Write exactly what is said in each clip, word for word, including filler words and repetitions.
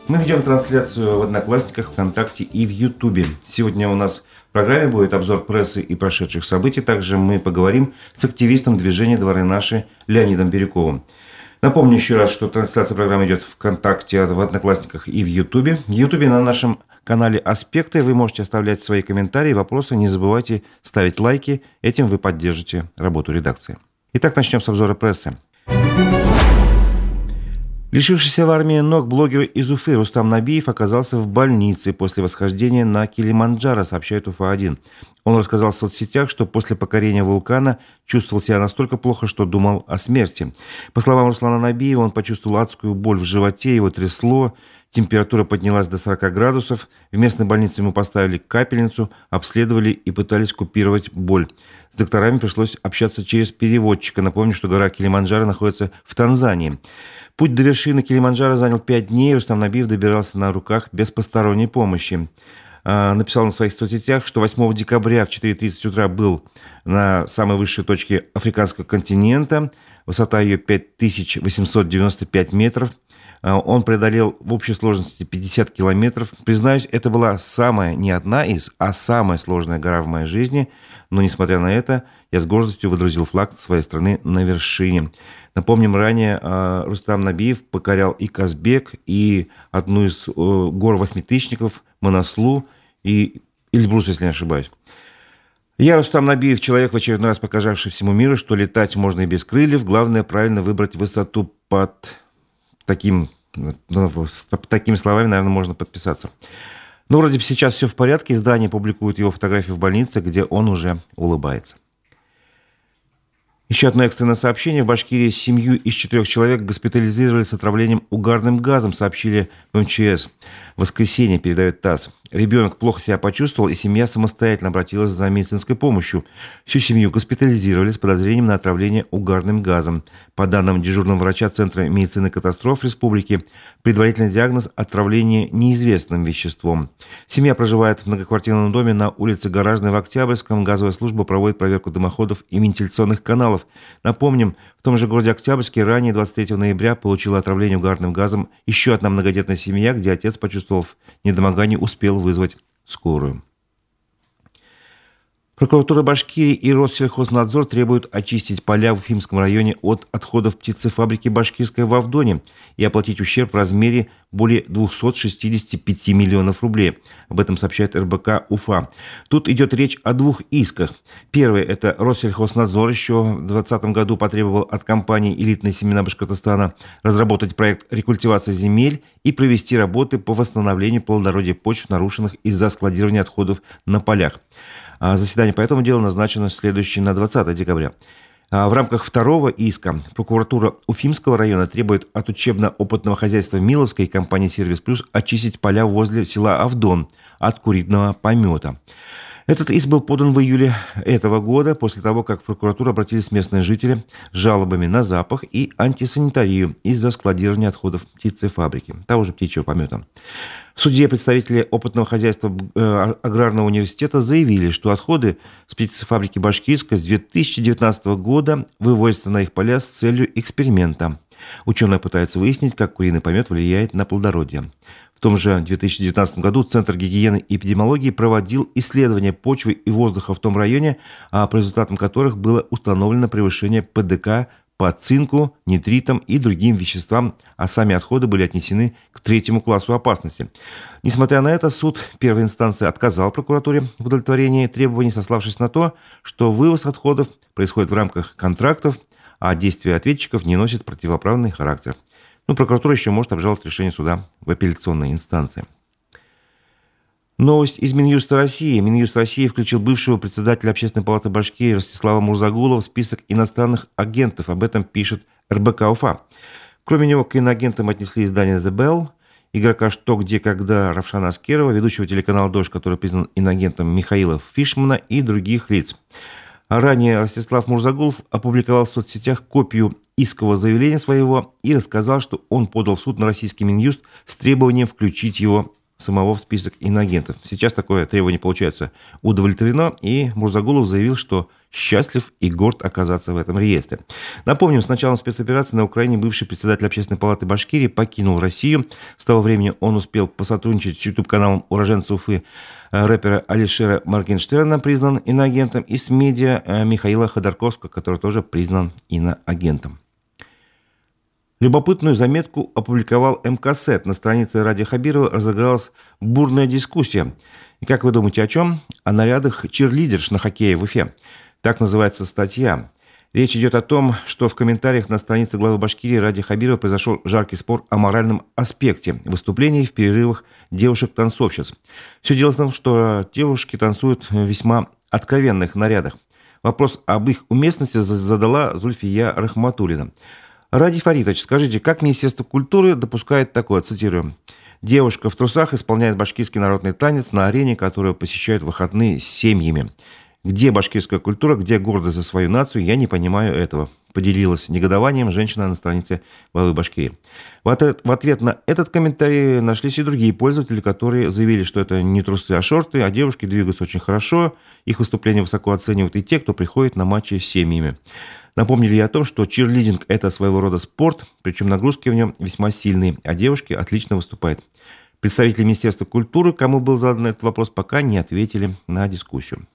Мы ведем трансляцию в Одноклассниках, ВКонтакте и в Ютубе. Сегодня у нас в программе будет обзор прессы и прошедших событий. Также мы поговорим с активистом движения «Дворы наши» Леонидом Бирюковым. Напомню еще раз, что трансляция программы идет в ВКонтакте, в Одноклассниках и в Ютубе. В Ютубе на нашем канале «Аспекты» вы можете оставлять свои комментарии, вопросы. Не забывайте ставить лайки. Этим вы поддержите работу редакции. Итак, начнем с обзора прессы. Лишившийся в армии ног блогер из Уфы Рустам Набиев оказался в больнице после восхождения на Килиманджаро, сообщает Уфа один. Он рассказал в соцсетях, что после покорения вулкана чувствовал себя настолько плохо, что думал о смерти. По словам Руслана Набиева, он почувствовал адскую боль в животе, его трясло, температура поднялась до сорока градусов. В местной больнице ему поставили капельницу, обследовали и пытались купировать боль. С докторами пришлось общаться через переводчика. Напомню, что гора Килиманджаро находится в Танзании. Путь до вершины Килиманджаро занял пять дней. Рустам Набиев добирался на руках без посторонней помощи. Написал он в своих соцсетях, что восьмого декабря в четыре тридцать утра был на самой высшей точке африканского континента. Высота ее пять тысяч восемьсот девяносто пять метров. Он преодолел в общей сложности пятьдесят километров. Признаюсь, это была самая, не одна из, а самая сложная гора в моей жизни. Но, несмотря на это, я с гордостью выдрузил флаг своей страны на вершине. Напомним, ранее Рустам Набиев покорял и Казбек, и одну из гор восьмитысячников, Манаслу и Эльбрус, если не ошибаюсь. Я, Рустам Набиев, человек, в очередной раз показавший всему миру, что летать можно и без крыльев. Главное, правильно выбрать высоту. Под таким, под такими словами, наверное, можно подписаться. Но вроде бы сейчас все в порядке. Издание публикует его фотографии в больнице, где он уже улыбается. Еще одно экстренное сообщение. В Башкирии семью из четырех человек госпитализировали с отравлением угарным газом, сообщили в эм че эс. В воскресенье, передает ТАСС. Ребенок плохо себя почувствовал, и семья самостоятельно обратилась за медицинской помощью. Всю семью госпитализировали с подозрением на отравление угарным газом. По данным дежурного врача Центра медицины катастроф Республики, предварительный диагноз – отравление неизвестным веществом. Семья проживает в многоквартирном доме на улице Гаражной в Октябрьском. Газовая служба проводит проверку дымоходов и вентиляционных каналов. Напомним, в том же городе Октябрьске ранее двадцать третьего ноября получила отравление угарным газом еще одна многодетная семья, где отец, почувствовав недомогание, успел вызвать скорую. Прокуратура Башкирии и Россельхознадзор требуют очистить поля в Уфимском районе от отходов птицефабрики «Башкирская» в Авдоне и оплатить ущерб в размере более двухсот шестидесяти пяти миллионов рублей. Об этом сообщает эр бэ ка Уфа. Тут идет речь о двух исках. Первый – это Россельхознадзор еще в двадцатом году потребовал от компании «Элитные семена Башкортостана» разработать проект рекультивации земель и провести работы по восстановлению плодородия почв, нарушенных из-за складирования отходов на полях. Заседание по этому делу назначено следующее на двадцатое декабря. В рамках второго иска прокуратура Уфимского района требует от учебно-опытного хозяйства Миловской и компании «Сервис Плюс» очистить поля возле села Авдон от куриного помета. Этот иск был подан в июле этого года, после того, как в прокуратуру обратились местные жители с жалобами на запах и антисанитарию из-за складирования отходов птицефабрики, того же птичьего помета. В суде представители опытного хозяйства аграрного университета заявили, что отходы с птицефабрики «Башкирская» с две тысячи девятнадцатого года вывозятся на их поля с целью эксперимента. Ученые пытаются выяснить, как куриный помет влияет на плодородие. В том же две тысячи девятнадцатом году Центр гигиены и эпидемиологии проводил исследования почвы и воздуха в том районе, по результатам которых было установлено превышение пэ дэ ка по цинку, нитритам и другим веществам, а сами отходы были отнесены к третьему классу опасности. Несмотря на это, суд первой инстанции отказал прокуратуре в удовлетворении требований, сославшись на то, что вывоз отходов происходит в рамках контрактов, а действия ответчиков не носят противоправный характер. Ну, прокуратура еще может обжаловать решение суда в апелляционной инстанции. Новость из Минюста России. Минюст России включил бывшего председателя Общественной палаты Башкирии Ростислава Мурзагулова в список иностранных агентов. Об этом пишет эр бэ ка Уфа. Кроме него к иноагентам отнесли издание «The Bell», игрока «Что, где, когда» Равшана Аскерова, ведущего телеканала «Дождь», который признан иноагентом Михаила Фишмана и других лиц. А ранее Ростислав Мурзагулов опубликовал в соцсетях копию искового заявления своего и рассказал, что он подал в суд на российский Минюст с требованием включить его самого в список иноагентов. Сейчас такое требование, получается, удовлетворено, и Мурзагулов заявил, что счастлив и горд оказаться в этом реестре. Напомним, с началом спецоперации на Украине бывший председатель Общественной палаты Башкирии покинул Россию. С того времени он успел посотрудничать с ютуб-каналом уроженца Уфы рэпера Алишера Моргенштерна, признан иноагентом, и с медиа Михаила Ходорковского, который тоже признан иноагентом. Любопытную заметку опубликовал МКСЭТ. На странице Ради Хабирова разыгралась бурная дискуссия. И как вы думаете, о чем? О нарядах чирлидерш на хоккее в Уфе. Так называется статья. Речь идет о том, что в комментариях на странице главы Башкирии Ради Хабирова произошел жаркий спор о моральном аспекте выступлений в перерывах девушек-танцовщиц. Все дело в том, что девушки танцуют в весьма откровенных нарядах. Вопрос об их уместности задала Зульфия Рахматуллина. Ради Фаритович, скажите, как Министерство культуры допускает такое, цитирую, «Девушка в трусах исполняет башкирский народный танец на арене, которую посещают в выходные с семьями. Где башкирская культура, где гордость за свою нацию, я не понимаю этого», поделилась негодованием женщина на странице главы Башкирии. В ответ, в ответ на этот комментарий нашлись и другие пользователи, которые заявили, что это не трусы, а шорты, а девушки двигаются очень хорошо, их выступления высоко оценивают и те, кто приходит на матчи с семьями. Напомнили и о том, что чирлидинг – это своего рода спорт, причем нагрузки в нем весьма сильные, а девушки отлично выступают. Представители Министерства культуры, кому был задан этот вопрос, пока не ответили на дискуссию.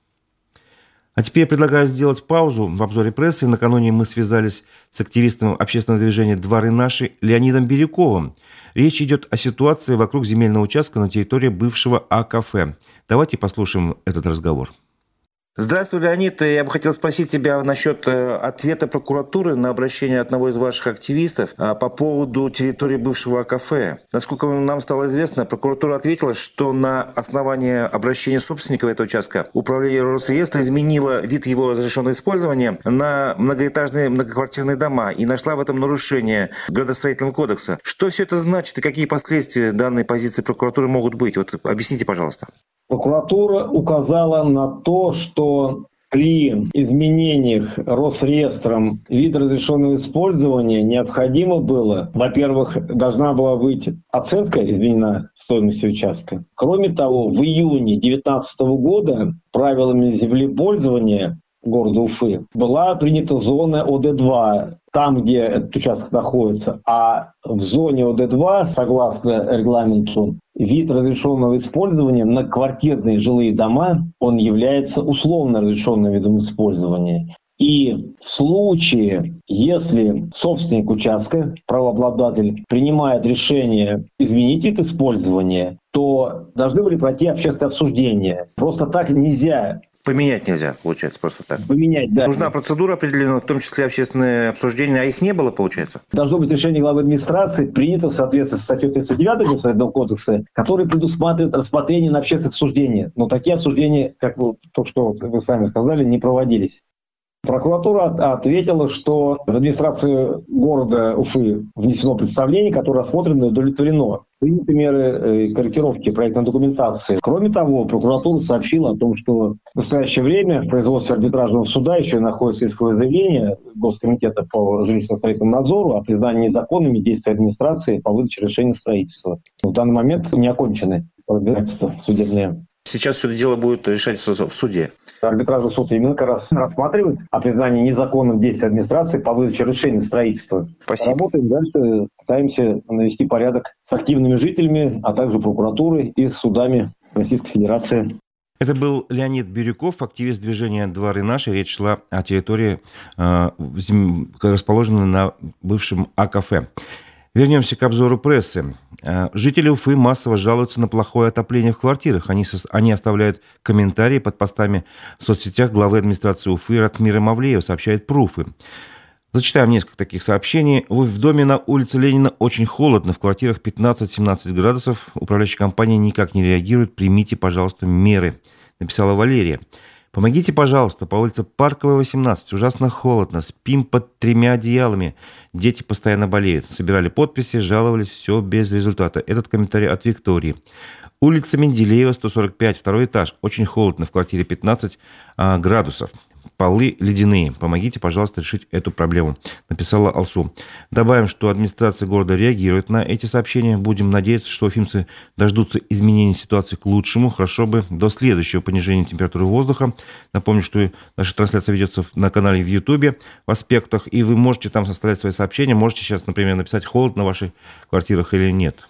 А теперь я предлагаю сделать паузу в обзоре прессы. Накануне мы связались с активистом общественного движения «Дворы наши» Леонидом Бирюковым. Речь идет о ситуации вокруг земельного участка на территории бывшего А-кафе. Давайте послушаем этот разговор. Здравствуй, Леонид. Я бы хотел спросить тебя насчет ответа прокуратуры на обращение одного из ваших активистов по поводу территории бывшего кафе. Насколько нам стало известно, прокуратура ответила, что на основании обращения собственников этого участка управление Росреестра изменило вид его разрешенного использования на многоэтажные многоквартирные дома и нашла в этом нарушение градостроительного кодекса. Что все это значит и какие последствия данной позиции прокуратуры могут быть? Вот объясните, пожалуйста. Прокуратура указала на то, что при изменениях Росреестром вида разрешенного использования необходимо было, во-первых, должна была быть оценка изменена стоимости участка. Кроме того, в июне две тысячи девятнадцатого года правилами землепользования города Уфы была принята зона О Д два, там, где этот участок находится, а в зоне О Д два, согласно регламенту, вид разрешенного использования на квартирные жилые дома, он является условно разрешенным видом использования. И в случае, если собственник участка, правообладатель, принимает решение изменить вид использования, то должны были пройти общественное обсуждение. Просто так нельзя. Поменять нельзя, получается, просто так. Поменять, да. Нужна процедура определенная, в том числе общественное обсуждение, а их не было, получается? Должно быть решение главы администрации, принято в соответствии с статьей тридцать девятой Административного кодекса, который предусматривает рассмотрение на общественных обсуждениях. Но такие обсуждения, как вы, то, что вы сами сказали, не проводились. Прокуратура ответила, что в администрации города Уфы внесено представление, которое рассмотрено и удовлетворено. Приняты меры корректировки проектной документации. Кроме того, прокуратура сообщила о том, что в настоящее время в производстве арбитражного суда еще находится исковое заявление Госкомитета по жилищно-строительному надзору о признании незаконными действий администрации по выдаче решения строительства. В данный момент не окончены разбирательства судебные. Сейчас все это дело будет решаться в суде. Арбитражный суд именно как раз рассматривает о признании незаконным действий администрации по выдаче решения строительства. Спасибо. Работаем дальше, пытаемся навести порядок с активными жителями, а также прокуратурой и судами Российской Федерации. Это был Леонид Бирюков, активист движения «Дворы наши». Речь шла о территории, расположенной на бывшем А-кафе. Вернемся к обзору прессы. Жители Уфы массово жалуются на плохое отопление в квартирах. Они, они оставляют комментарии под постами в соцсетях главы администрации Уфы Ратмира Мавлеева, сообщает Пруфы. Зачитаем несколько таких сообщений. В доме на улице Ленина очень холодно, в квартирах пятнадцать-семнадцать градусов. Управляющая компания никак не реагирует. Примите, пожалуйста, меры, написала Валерия. Помогите, пожалуйста, по улице Парковая, восемнадцать. Ужасно холодно. Спим под тремя одеялами. Дети постоянно болеют. Собирали подписи, жаловались. Все без результата. Этот комментарий от Виктории. Улица Менделеева, сто сорок пять, второй этаж. Очень холодно. В квартире пятнадцать а, градусов. полы ледяные. Помогите, пожалуйста, решить эту проблему», — написала Алсу. Добавим, что администрация города реагирует на эти сообщения. Будем надеяться, что уфимцы дождутся изменения ситуации к лучшему. Хорошо бы до следующего понижения температуры воздуха. Напомню, что наша трансляция ведется на канале в Ютубе в аспектах, и вы можете там составлять свои сообщения. Можете сейчас, например, написать, холодно в ваших квартирах или нет.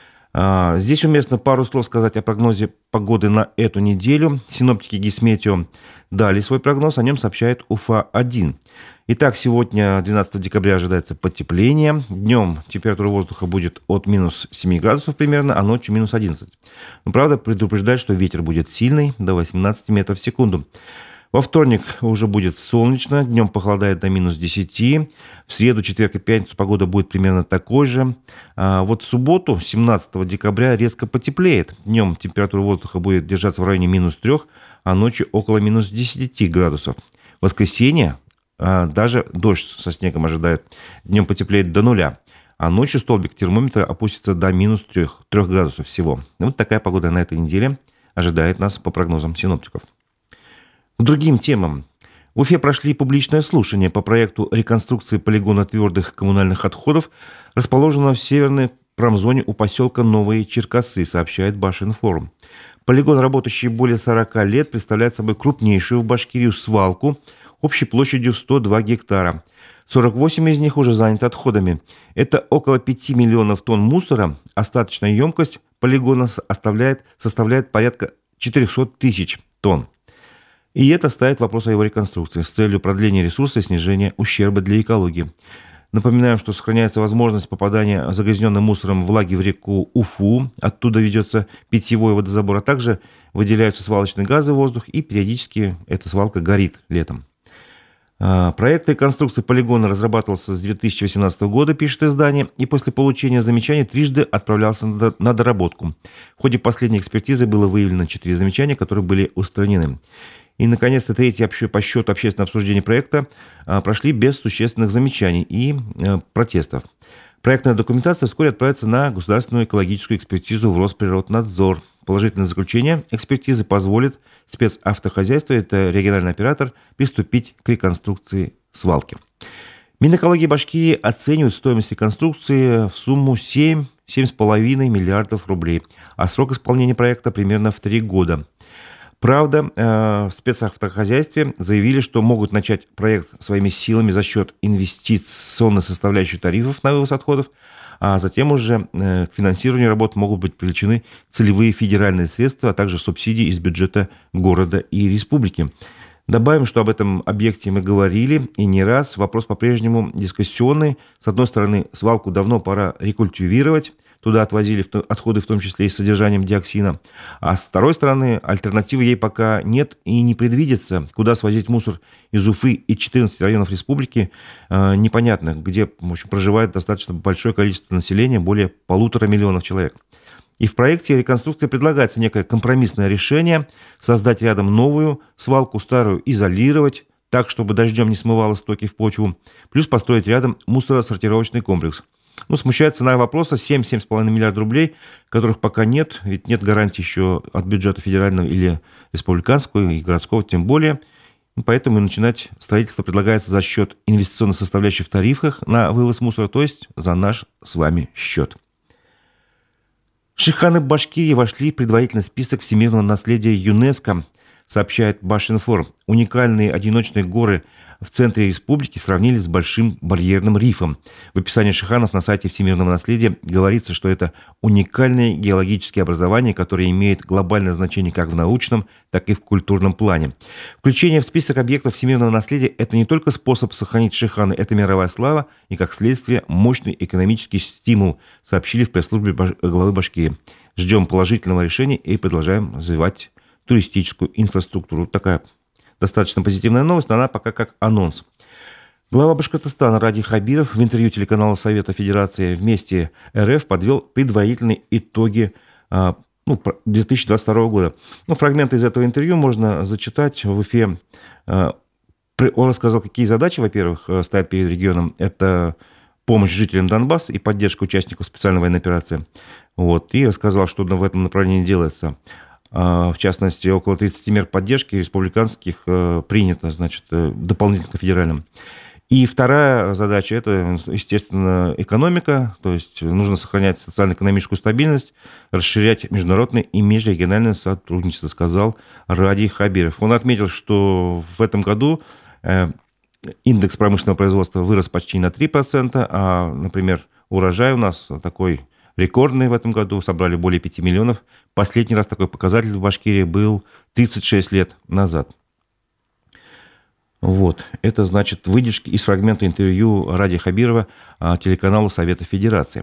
Здесь уместно пару слов сказать о прогнозе погоды на эту неделю. Синоптики Гисметео дали свой прогноз, о нем сообщает Уфа один. Итак, сегодня, двенадцатого декабря, ожидается потепление. Днем температура воздуха будет от минус семи градусов примерно, а ночью минус одиннадцать. Но, правда, предупреждает, что ветер будет сильный, до восемнадцати метров в секунду. Во вторник уже будет солнечно, днем похолодает до минус десяти. В среду, четверг и пятницу погода будет примерно такой же. А вот в субботу, семнадцатого декабря, резко потеплеет. Днем температура воздуха будет держаться в районе минус трех, а ночью около минус десяти градусов. В воскресенье а, даже дождь со снегом ожидает. Днем потеплеет до нуля, а ночью столбик термометра опустится до минус трех, трех градусов всего. Вот такая погода на этой неделе ожидает нас по прогнозам синоптиков. К другим темам. В Уфе прошли публичное слушание по проекту реконструкции полигона твердых коммунальных отходов, расположенного в северной промзоне у поселка Новые Черкассы, сообщает Башинформ. Полигон, работающий более сорока лет, представляет собой крупнейшую в Башкирию свалку общей площадью сто два гектара. сорок восемь из них уже заняты отходами. Это около пяти миллионов тонн мусора. Остаточная емкость полигона составляет, составляет порядка четырехсот тысяч тонн. И это ставит вопрос о его реконструкции с целью продления ресурса и снижения ущерба для экологии. Напоминаем, что сохраняется возможность попадания загрязненным мусором влаги в реку Уфу. Оттуда ведется питьевой водозабор, а также выделяются свалочные газы в воздух, и периодически эта свалка горит летом. Проект реконструкции полигона разрабатывался с две тысячи восемнадцатого года, пишет издание, и после получения замечаний трижды отправлялся на доработку. В ходе последней экспертизы было выявлено четыре замечания, которые были устранены. И, наконец-то, третье по счету общественное обсуждение проекта прошли без существенных замечаний и протестов. Проектная документация вскоре отправится на государственную экологическую экспертизу в Росприроднадзор. Положительное заключение экспертизы позволит спецавтохозяйству, это региональный оператор, приступить к реконструкции свалки. Минэкологии Башкирии оценивает стоимость реконструкции в сумму семь-семь с половиной миллиардов рублей, а срок исполнения проекта примерно в три года. Правда, в спецавтохозяйстве заявили, что могут начать проект своими силами за счет инвестиционной составляющей тарифов на вывоз отходов, а затем уже к финансированию работ могут быть привлечены целевые федеральные средства, а также субсидии из бюджета города и республики. Добавим, что об этом объекте мы говорили и не раз. Вопрос по-прежнему дискуссионный. С одной стороны, свалку давно пора рекультивировать. Туда отвозили отходы, в том числе и с содержанием диоксина. А с второй стороны, альтернативы ей пока нет и не предвидится. Куда свозить мусор из Уфы и четырнадцати районов республики, э, непонятно, где, в общем, проживает достаточно большое количество населения, более полутора миллионов человек. И в проекте реконструкции предлагается некое компромиссное решение: создать рядом новую свалку, старую изолировать, так, чтобы дождем не смывало стоки в почву, плюс построить рядом мусоросортировочный комплекс. Ну, смущает цена вопроса семь-семь с половиной миллиардов рублей, которых пока нет, ведь нет гарантии еще от бюджета федерального или республиканского и городского тем более. Поэтому начинать строительство предлагается за счет инвестиционной составляющей в тарифах на вывоз мусора, то есть за наш с вами счет. Шиханы Башкирии вошли в предварительный список всемирного наследия ЮНЕСКО, сообщает Башинформ. Уникальные одиночные горы в центре республики сравнили с большим барьерным рифом. В описании Шиханов на сайте всемирного наследия говорится, что это уникальные геологические образования, которые имеют глобальное значение как в научном, так и в культурном плане. Включение в список объектов всемирного наследия – это не только способ сохранить Шиханы, это мировая слава и, как следствие, мощный экономический стимул, сообщили в пресс-службе главы Башкирии. Ждем положительного решения и продолжаем развивать туристическую инфраструктуру. Такая достаточно позитивная новость, но она пока как анонс. Глава Башкортостана Ради Хабиров в интервью телеканалу Совета Федерации «Вместе РФ» подвел предварительные итоги ну, две тысячи двадцать второго года. Ну, фрагменты из этого интервью можно зачитать в Уфе. Он рассказал, какие задачи, во-первых, стоят перед регионом. Это помощь жителям Донбасса и поддержка участников специальной военной операции. Вот. И рассказал, что в этом направлении делается. В частности, около тридцати мер поддержки республиканских принято, значит, дополнительно к федеральным. И вторая задача – это, естественно, экономика, то есть нужно сохранять социально-экономическую стабильность, расширять международное и межрегиональное сотрудничество, сказал Ради Хабиров. Он отметил, что в этом году индекс промышленного производства вырос почти на три процента, а, например, урожай у нас такой рекордный в этом году, собрали более пяти миллионов. Последний раз такой показатель в Башкирии был тридцать шесть лет назад. Вот, это, значит, выдержки из фрагмента интервью Ради Хабирова телеканалу Совета Федерации.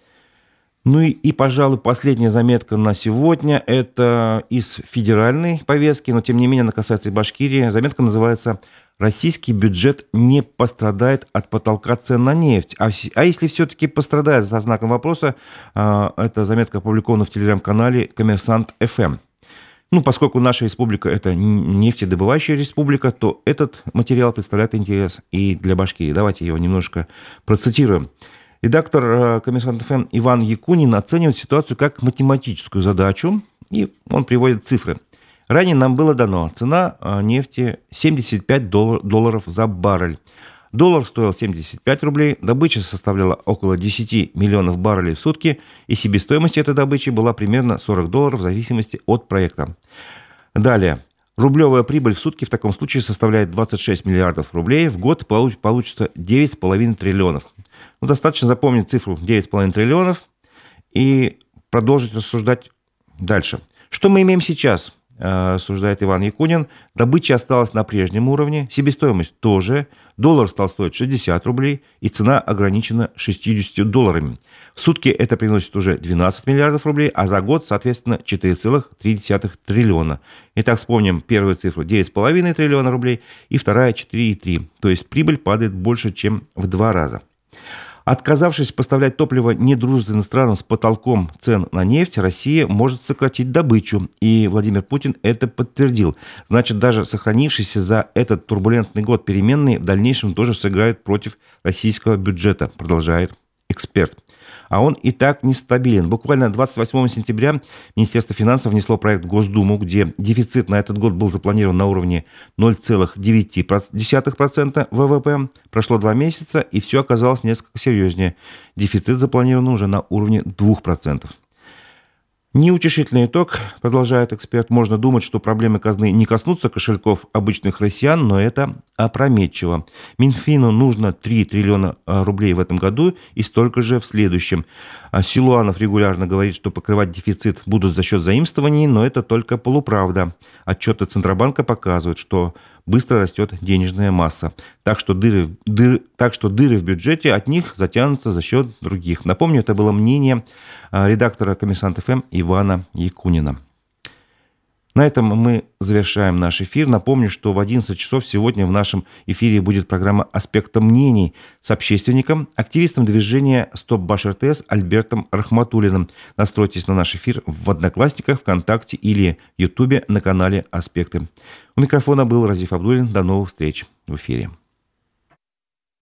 Ну и, и, пожалуй, последняя заметка на сегодня – это из федеральной повестки, но, тем не менее, она касается и Башкирии. Заметка называется «Российский бюджет не пострадает от потолка цен на нефть». А, а если все-таки пострадает, со знаком вопроса, эта заметка опубликована в телеграм-канале «Коммерсант эф эм». Ну, поскольку наша республика – это нефтедобывающая республика, то этот материал представляет интерес и для Башкирии. Давайте его немножко процитируем. Редактор «Коммерсант эф эм» Иван Якунин оценивает ситуацию как математическую задачу, и он приводит цифры. Ранее нам было дано цена нефти семьдесят пять долларов за баррель. Доллар стоил семьдесят пять рублей, добыча составляла около десять миллионов баррелей в сутки, и себестоимость этой добычи была примерно сорок долларов в зависимости от проекта. Далее. Рублевая прибыль в сутки в таком случае составляет двадцать шесть миллиардов рублей, в год получится девять с половиной триллионов. Ну, достаточно запомнить цифру девять с половиной триллионов и продолжить рассуждать дальше. Что мы имеем сейчас? Рассуждает Иван Якунин. Добыча осталась на прежнем уровне, себестоимость тоже, доллар стал стоить шестьдесят рублей, и цена ограничена шестьюдесятью долларами. В сутки это приносит уже двенадцать миллиардов рублей, а за год, соответственно, четыре целых три десятых триллиона. Итак, вспомним первую цифру девять с половиной триллиона рублей и вторая четыре и три. То есть прибыль падает больше, чем в два раза. Отказавшись поставлять топливо недружественным странам с потолком цен на нефть, Россия может сократить добычу. И Владимир Путин это подтвердил. Значит, даже сохранившиеся за этот турбулентный год переменные в дальнейшем тоже сыграют против российского бюджета, продолжает эксперт. А он и так нестабилен. Буквально двадцать восьмого сентября Министерство финансов внесло проект в Госдуму, где дефицит на этот год был запланирован на уровне ноль целых девять десятых процента вэ вэ пэ. Прошло два месяца, и все оказалось несколько серьезнее. Дефицит запланирован уже на уровне двух процентов. Неутешительный итог, продолжает эксперт. Можно думать, что проблемы казны не коснутся кошельков обычных россиян, но это опрометчиво. Минфину нужно три триллиона рублей в этом году и столько же в следующем. Силуанов регулярно говорит, что покрывать дефицит будут за счет заимствований, но это только полуправда. Отчеты Центробанка показывают, что быстро растет денежная масса. Так что дыры, дыр, так что дыры в бюджете от них затянутся за счет других. Напомню, это было мнение редактора «Коммерсант эф эм» Ивана Якунина. На этом мы завершаем наш эфир. Напомню, что в одиннадцать часов сегодня в нашем эфире будет программа «Аспекта мнений» с общественником, активистом движения «Стоп Баш-эр тэ эс» Альбертом Рахматуллиным. Настройтесь на наш эфир в Одноклассниках, ВКонтакте или Ютубе на канале «Аспекты». У микрофона был Разиф Абдуллин. До новых встреч в эфире.